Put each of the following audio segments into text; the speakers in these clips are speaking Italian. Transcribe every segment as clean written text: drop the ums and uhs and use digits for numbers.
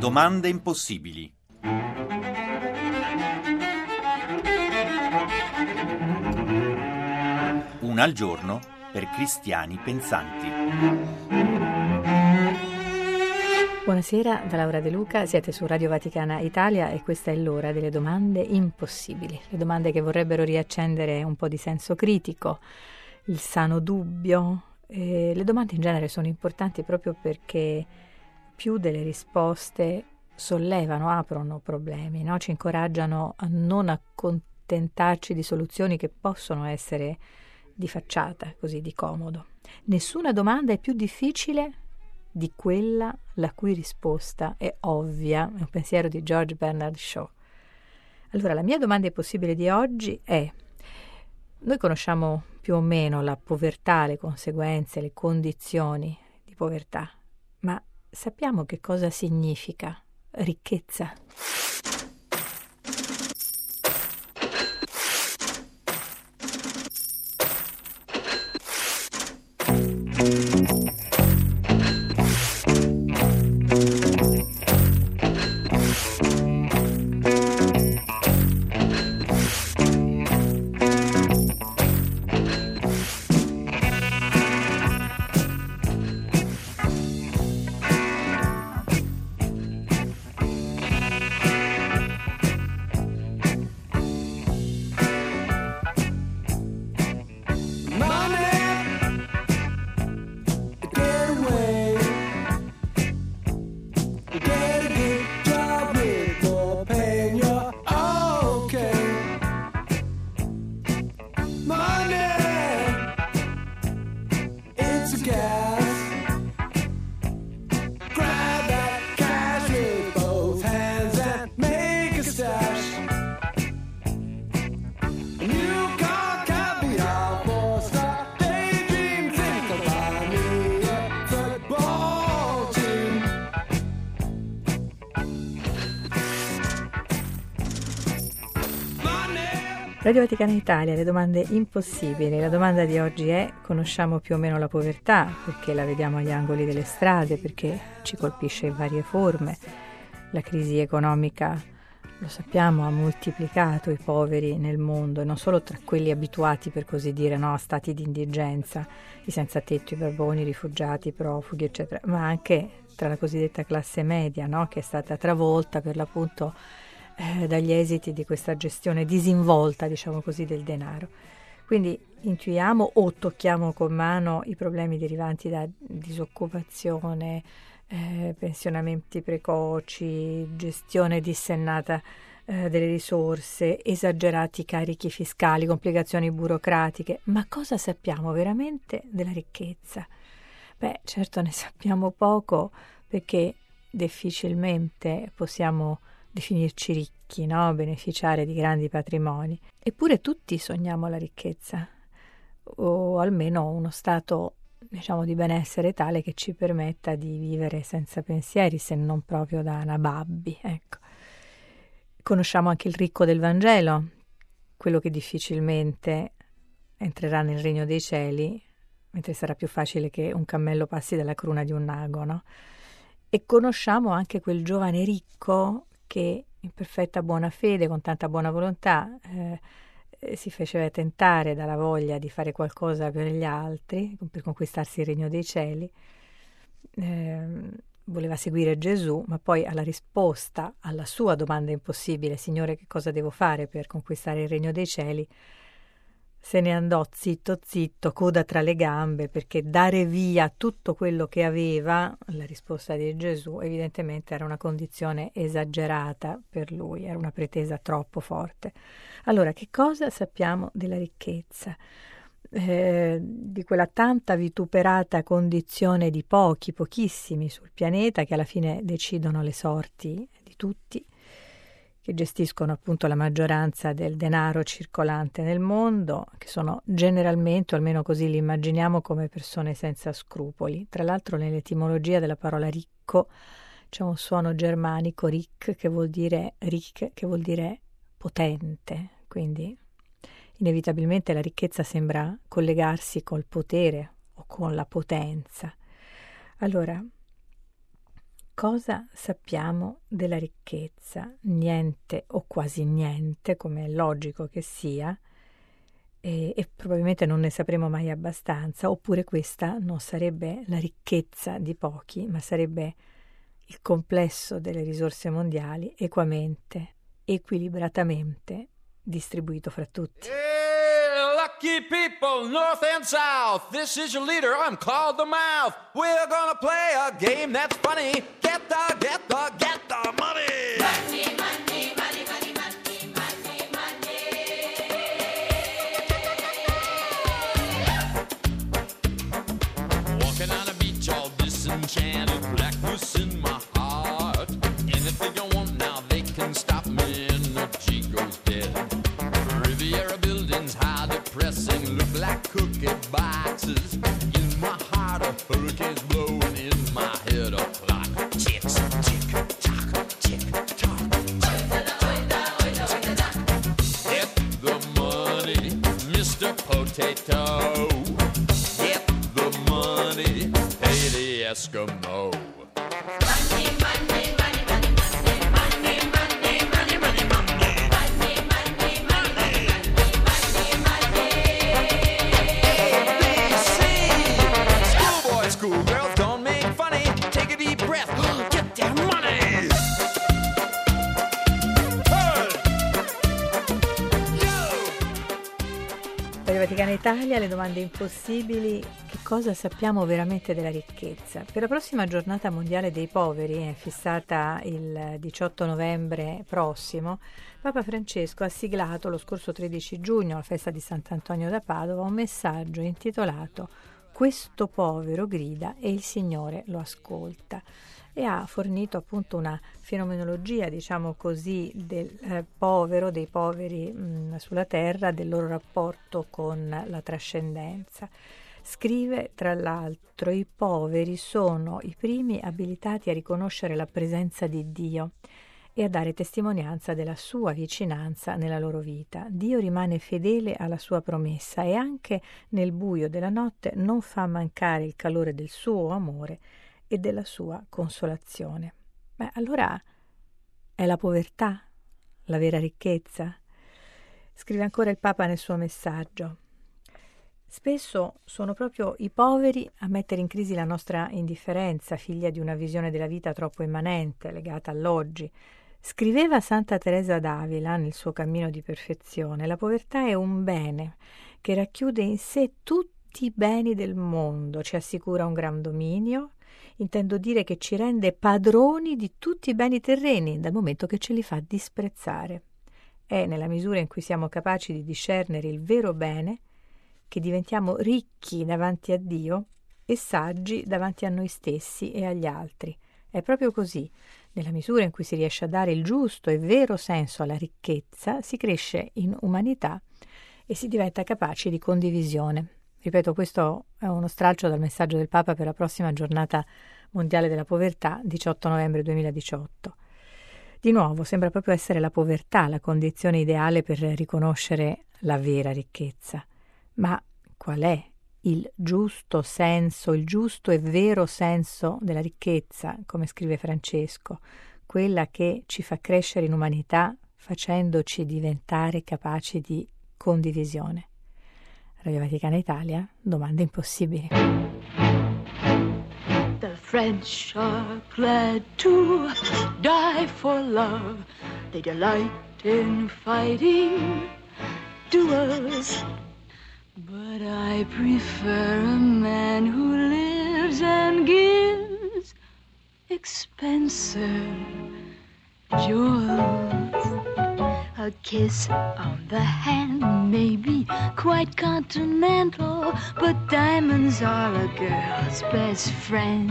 Domande impossibili. Una al giorno per cristiani pensanti. Buonasera da Laura De Luca, siete su Radio Vaticana Italia e questa è l'ora delle domande impossibili, le domande che vorrebbero riaccendere un po' di senso critico, il sano dubbio. Le domande in genere sono importanti proprio perché più delle risposte sollevano, aprono problemi, no? Ci incoraggiano a non accontentarci di soluzioni che possono essere di facciata, così di comodo. Nessuna domanda è più difficile di quella la cui risposta è ovvia, è un pensiero di George Bernard Shaw. Allora, la mia domanda impossibile di oggi è: noi conosciamo più o meno la povertà, le conseguenze, le condizioni di povertà, ma sappiamo che cosa significa ricchezza? Radio Vaticana Italia, le domande impossibili. La domanda di oggi è: conosciamo più o meno la povertà, perché la vediamo agli angoli delle strade, perché ci colpisce in varie forme. La crisi economica, lo sappiamo, ha moltiplicato i poveri nel mondo, e non solo tra quelli abituati, per così dire, no, a stati di indigenza, i senza tetto, i barboni, i rifugiati, i profughi, eccetera, ma anche tra la cosiddetta classe media, no, che è stata travolta per l'appunto dagli esiti di questa gestione disinvolta, diciamo così, del denaro. Quindi intuiamo o tocchiamo con mano i problemi derivanti da disoccupazione, pensionamenti precoci, gestione dissennata delle risorse, esagerati carichi fiscali, complicazioni burocratiche. Ma cosa sappiamo veramente della ricchezza? Beh, certo ne sappiamo poco, perché difficilmente possiamo definirci ricchi, no? Beneficiare di grandi patrimoni. Eppure tutti sogniamo la ricchezza, o almeno uno stato, diciamo, di benessere tale che ci permetta di vivere senza pensieri, se non proprio da nababbi, ecco. Conosciamo anche il ricco del Vangelo, quello che difficilmente entrerà nel regno dei cieli, mentre sarà più facile che un cammello passi dalla cruna di un ago, no? E conosciamo anche quel giovane ricco che in perfetta buona fede, con tanta buona volontà, si faceva tentare dalla voglia di fare qualcosa per gli altri, per conquistarsi il regno dei cieli. Voleva seguire Gesù, ma poi alla risposta alla sua domanda impossibile: Signore, che cosa devo fare per conquistare il regno dei cieli? Se ne andò zitto zitto, coda tra le gambe, perché dare via tutto quello che aveva, la risposta di Gesù, evidentemente era una condizione esagerata per lui, era una pretesa troppo forte. Allora, che cosa sappiamo della ricchezza? Di quella tanta vituperata condizione di pochissimi sul pianeta, che alla fine decidono le sorti di tutti, che gestiscono appunto la maggioranza del denaro circolante nel mondo, che sono generalmente, o almeno così li immaginiamo, come persone senza scrupoli. Tra l'altro nell'etimologia della parola ricco c'è un suono germanico, ric, che vuol dire potente, quindi inevitabilmente la ricchezza sembra collegarsi col potere o con la potenza. Allora, cosa sappiamo della ricchezza? Niente o quasi niente, come è logico che sia, e probabilmente non ne sapremo mai abbastanza, oppure questa non sarebbe la ricchezza di pochi, ma sarebbe il complesso delle risorse mondiali equamente, equilibratamente distribuito fra tutti. Hey, lucky people, north and south, this is your leader, I'm called the Mouth. We're gonna play a game that's funny. Get the money. Money, money, money, money, money, money, money. Walking on a beach all disenchanted, blackness in my heart. Anything I want now, they can stop me, energy goes dead. Riviera buildings, high depressing, look like cookie boxes. In my heart, a hurricane's blowing, in my head a clock. Ticks, tick, tock, tick, tock. Get the money, Mr. Potato. Get the money, pay the Eskimo. Money, money, money, money, money, money, money, money, money, money. Schoolgirls, don't make funny. Take a deep breath. Get their money. Hey! Radio Vaticana Italia, le domande impossibili. Che cosa sappiamo veramente della ricchezza? Per la prossima giornata mondiale dei poveri, fissata il 18 novembre prossimo, Papa Francesco ha siglato lo scorso 13 giugno, alla festa di Sant'Antonio da Padova, un messaggio intitolato "Questo povero grida e il Signore lo ascolta", e ha fornito appunto una fenomenologia, diciamo così, del povero, dei poveri sulla terra, del loro rapporto con la trascendenza. Scrive, tra l'altro, i poveri sono i primi abilitati a riconoscere la presenza di Dio e a dare testimonianza della sua vicinanza nella loro vita. Dio rimane fedele alla sua promessa e anche nel buio della notte non fa mancare il calore del suo amore e della sua consolazione. Beh, allora è la povertà la vera ricchezza? Scrive ancora il Papa nel suo messaggio. Spesso sono proprio i poveri a mettere in crisi la nostra indifferenza, figlia di una visione della vita troppo immanente, legata all'oggi. Scriveva Santa Teresa d'Avila nel suo cammino di perfezione: la povertà è un bene che racchiude in sé tutti i beni del mondo, ci assicura un gran dominio, intendo dire che ci rende padroni di tutti i beni terreni, dal momento che ce li fa disprezzare. È nella misura in cui siamo capaci di discernere il vero bene che diventiamo ricchi davanti a Dio e saggi davanti a noi stessi e agli altri. È proprio così. Nella misura in cui si riesce a dare il giusto e vero senso alla ricchezza, si cresce in umanità e si diventa capaci di condivisione. Ripeto, questo è uno stralcio dal messaggio del Papa per la prossima giornata mondiale della povertà, 18 novembre 2018. Di nuovo, sembra proprio essere la povertà la condizione ideale per riconoscere la vera ricchezza. Ma qual è il giusto senso, il giusto e vero senso della ricchezza, come scrive Francesco, quella che ci fa crescere in umanità facendoci diventare capaci di condivisione? Radio Vaticana Italia, domande impossibili. The French are glad to die for love. They delight in fighting duels. But I prefer a man who lives and gives expensive jewels. A kiss on the hand may be quite continental, but diamonds are a girl's best friend.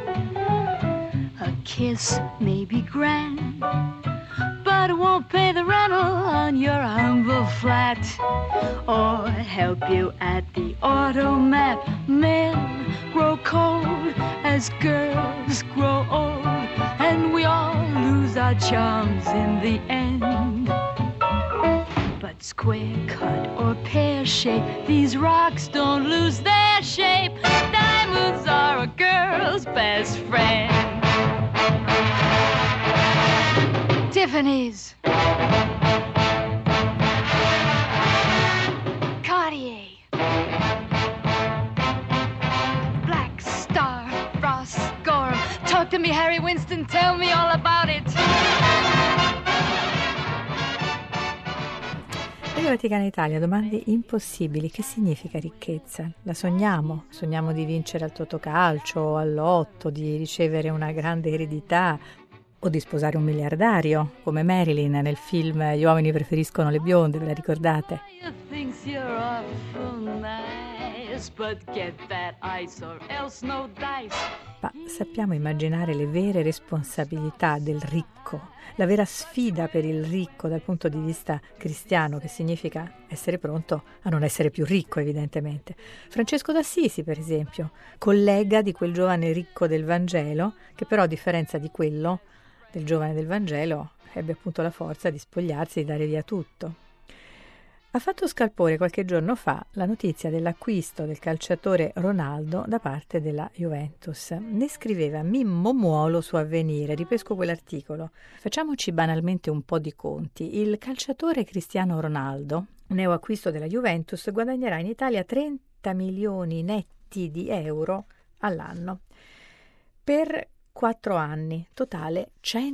A kiss may be grand, but it won't pay the rental on your humble flat, or help you at the automat. Men grow cold as girls grow old, and we all lose our charms in the end. But square cut or pear shape, these rocks don't lose their shape. Diamonds are a girl's best friend. Tiffany's, Cartier, Black Star, Ross Gorham. Talk to me, Harry Winston, tell me all about it. Radio Vaticana Italia, domande impossibili. Che significa ricchezza? La sogniamo? Sogniamo di vincere al Totocalcio o al Lotto, di ricevere una grande eredità o di sposare un miliardario, come Marilyn nel film Gli uomini preferiscono le bionde, ve la ricordate? You thinks you're awful nice, but get that ice or else no dice. Ma sappiamo immaginare le vere responsabilità del ricco, la vera sfida per il ricco dal punto di vista cristiano, che significa essere pronto a non essere più ricco, evidentemente. Francesco d'Assisi, per esempio, collega di quel giovane ricco del Vangelo, che però, a differenza di quello del giovane del Vangelo, ebbe appunto la forza di spogliarsi e di dare via tutto. Ha fatto scalpore qualche giorno fa la notizia dell'acquisto del calciatore Ronaldo da parte della Juventus. Ne scriveva Mimmo Muolo su Avvenire, ripesco quell'articolo. Facciamoci banalmente un po' di conti. Il calciatore Cristiano Ronaldo, neoacquisto della Juventus, guadagnerà in Italia 30 milioni netti di euro all'anno. Per 4 anni, totale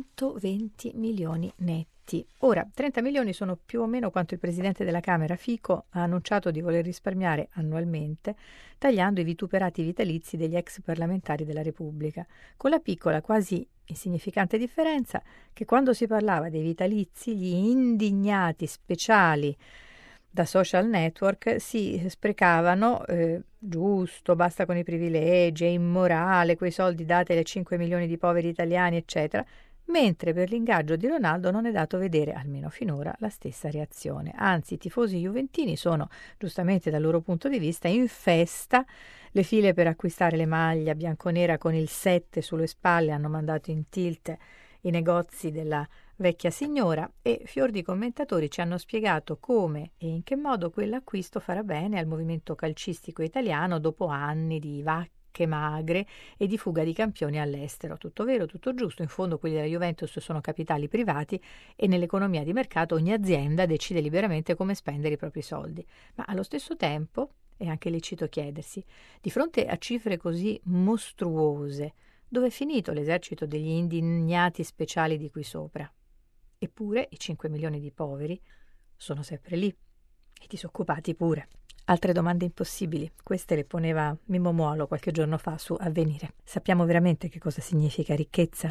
120 milioni netti. Ora, 30 milioni sono più o meno quanto il presidente della Camera, Fico, ha annunciato di voler risparmiare annualmente, tagliando i vituperati vitalizi degli ex parlamentari della Repubblica, con la piccola, quasi insignificante differenza che quando si parlava dei vitalizi, gli indignati speciali da social network si sprecavano, giusto, basta con i privilegi, è immorale, quei soldi dati ai 5 milioni di poveri italiani, eccetera, mentre per l'ingaggio di Ronaldo non è dato vedere, almeno finora, la stessa reazione. Anzi, i tifosi juventini sono, giustamente dal loro punto di vista, in festa. Le file per acquistare le maglie bianconera con il 7 sulle spalle hanno mandato in tilt i negozi della vecchia signora e fior di commentatori ci hanno spiegato come e in che modo quell'acquisto farà bene al movimento calcistico italiano dopo anni di vacche magre e di fuga di campioni all'estero. Tutto vero, tutto giusto, in fondo quelli della Juventus sono capitali privati e nell'economia di mercato ogni azienda decide liberamente come spendere i propri soldi. Ma allo stesso tempo è anche lecito chiedersi, di fronte a cifre così mostruose, dove è finito l'esercito degli indignati speciali di qui sopra? Eppure i 5 milioni di poveri sono sempre lì, e i disoccupati pure. Altre domande impossibili, queste le poneva Mimmo Muolo qualche giorno fa su Avvenire. Sappiamo veramente che cosa significa ricchezza?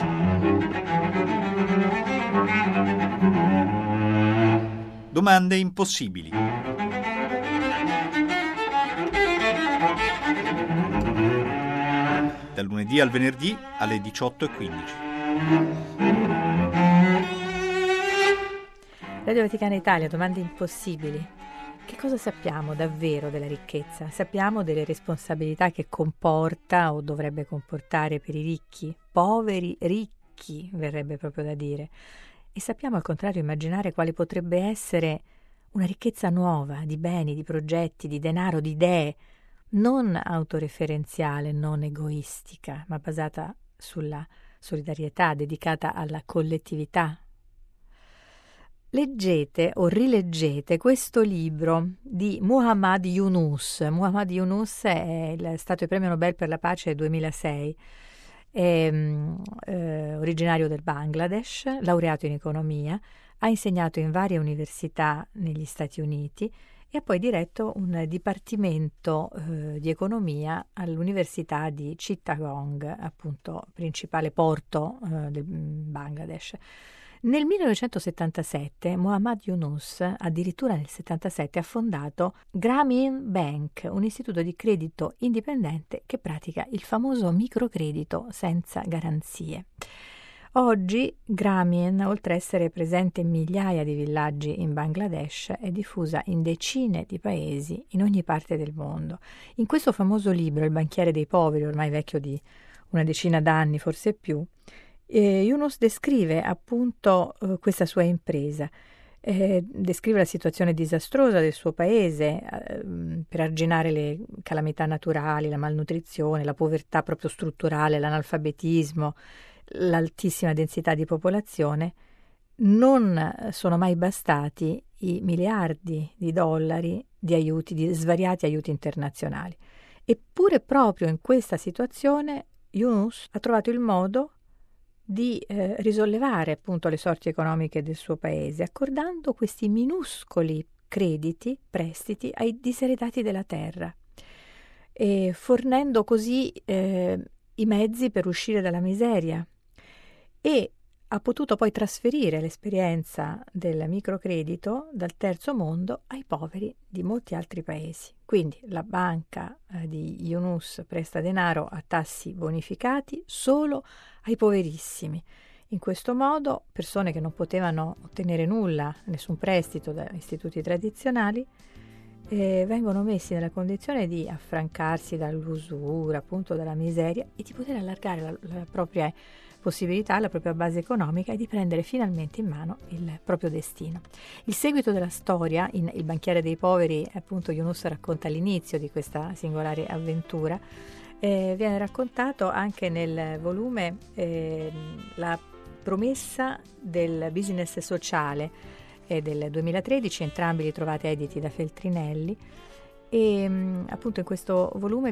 Domande impossibili. Dal lunedì al venerdì alle 18:15. Radio Vaticana Italia, domande impossibili. Che cosa sappiamo davvero della ricchezza? Sappiamo delle responsabilità che comporta o dovrebbe comportare per i ricchi, poveri ricchi, verrebbe proprio da dire. E sappiamo al contrario immaginare quale potrebbe essere una ricchezza nuova di beni, di progetti, di denaro, di idee, non autoreferenziale, non egoistica, ma basata sulla solidarietà, dedicata alla collettività. Leggete o rileggete questo libro di Muhammad Yunus. Muhammad Yunus è stato il premio Nobel per la pace 2006, è originario del Bangladesh, laureato in economia, ha insegnato in varie università negli Stati Uniti e ha poi diretto un dipartimento di economia all'università di Chittagong, appunto principale porto del Bangladesh. Nel 1977 Muhammad Yunus, addirittura nel 1977, ha fondato Grameen Bank, un istituto di credito indipendente che pratica il famoso microcredito senza garanzie. Oggi Grameen, oltre a essere presente in migliaia di villaggi in Bangladesh, è diffusa in decine di paesi in ogni parte del mondo. In questo famoso libro, Il banchiere dei poveri, ormai vecchio di una decina d'anni, forse più, Yunus descrive appunto questa sua impresa, descrive la situazione disastrosa del suo paese per arginare le calamità naturali, la malnutrizione, la povertà proprio strutturale, l'analfabetismo, l'altissima densità di popolazione, non sono mai bastati i miliardi di dollari di aiuti, di svariati aiuti internazionali. Eppure proprio in questa situazione Yunus ha trovato il modo di risollevare appunto le sorti economiche del suo paese, accordando questi minuscoli crediti, prestiti ai diseredati della terra, e fornendo così i mezzi per uscire dalla miseria, e ha potuto poi trasferire l'esperienza del microcredito dal terzo mondo ai poveri di molti altri paesi. Quindi la banca di Yunus presta denaro a tassi bonificati solo ai poverissimi. In questo modo persone che non potevano ottenere nulla, nessun prestito da istituti tradizionali, vengono messi nella condizione di affrancarsi dall'usura, appunto dalla miseria, e di poter allargare la propria possibilità, la propria base economica, e di prendere finalmente in mano il proprio destino. Il seguito della storia, in Il banchiere dei poveri, appunto Yunus racconta l'inizio di questa singolare avventura, viene raccontato anche nel volume La promessa del business sociale del 2013, entrambi li trovate editi da Feltrinelli, e appunto in questo volume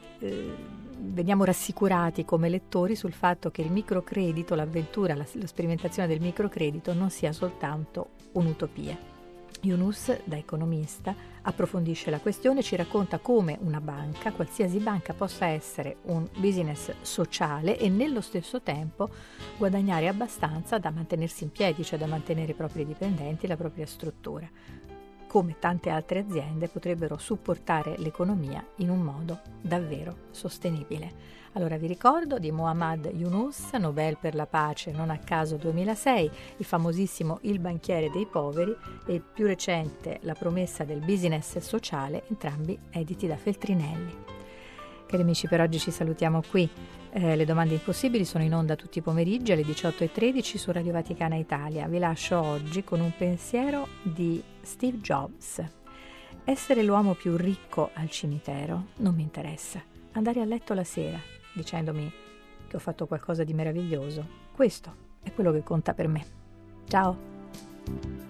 veniamo rassicurati come lettori sul fatto che il microcredito, l'avventura, la sperimentazione del microcredito non sia soltanto un'utopia. Yunus, da economista, approfondisce la questione e ci racconta come una banca, qualsiasi banca, possa essere un business sociale e nello stesso tempo guadagnare abbastanza da mantenersi in piedi, cioè da mantenere i propri dipendenti, la propria struttura. Come tante altre aziende potrebbero supportare l'economia in un modo davvero sostenibile. Allora vi ricordo di Muhammad Yunus, Nobel per la pace non a caso 2006, il famosissimo Il banchiere dei poveri e il più recente La promessa del business sociale, entrambi editi da Feltrinelli. Cari amici, per oggi ci salutiamo qui. Le domande impossibili sono in onda tutti i pomeriggi alle 18:13 su Radio Vaticana Italia. Vi lascio oggi con un pensiero di Steve Jobs. Essere l'uomo più ricco al cimitero non mi interessa. Andare a letto la sera dicendomi che ho fatto qualcosa di meraviglioso, questo è quello che conta per me. Ciao!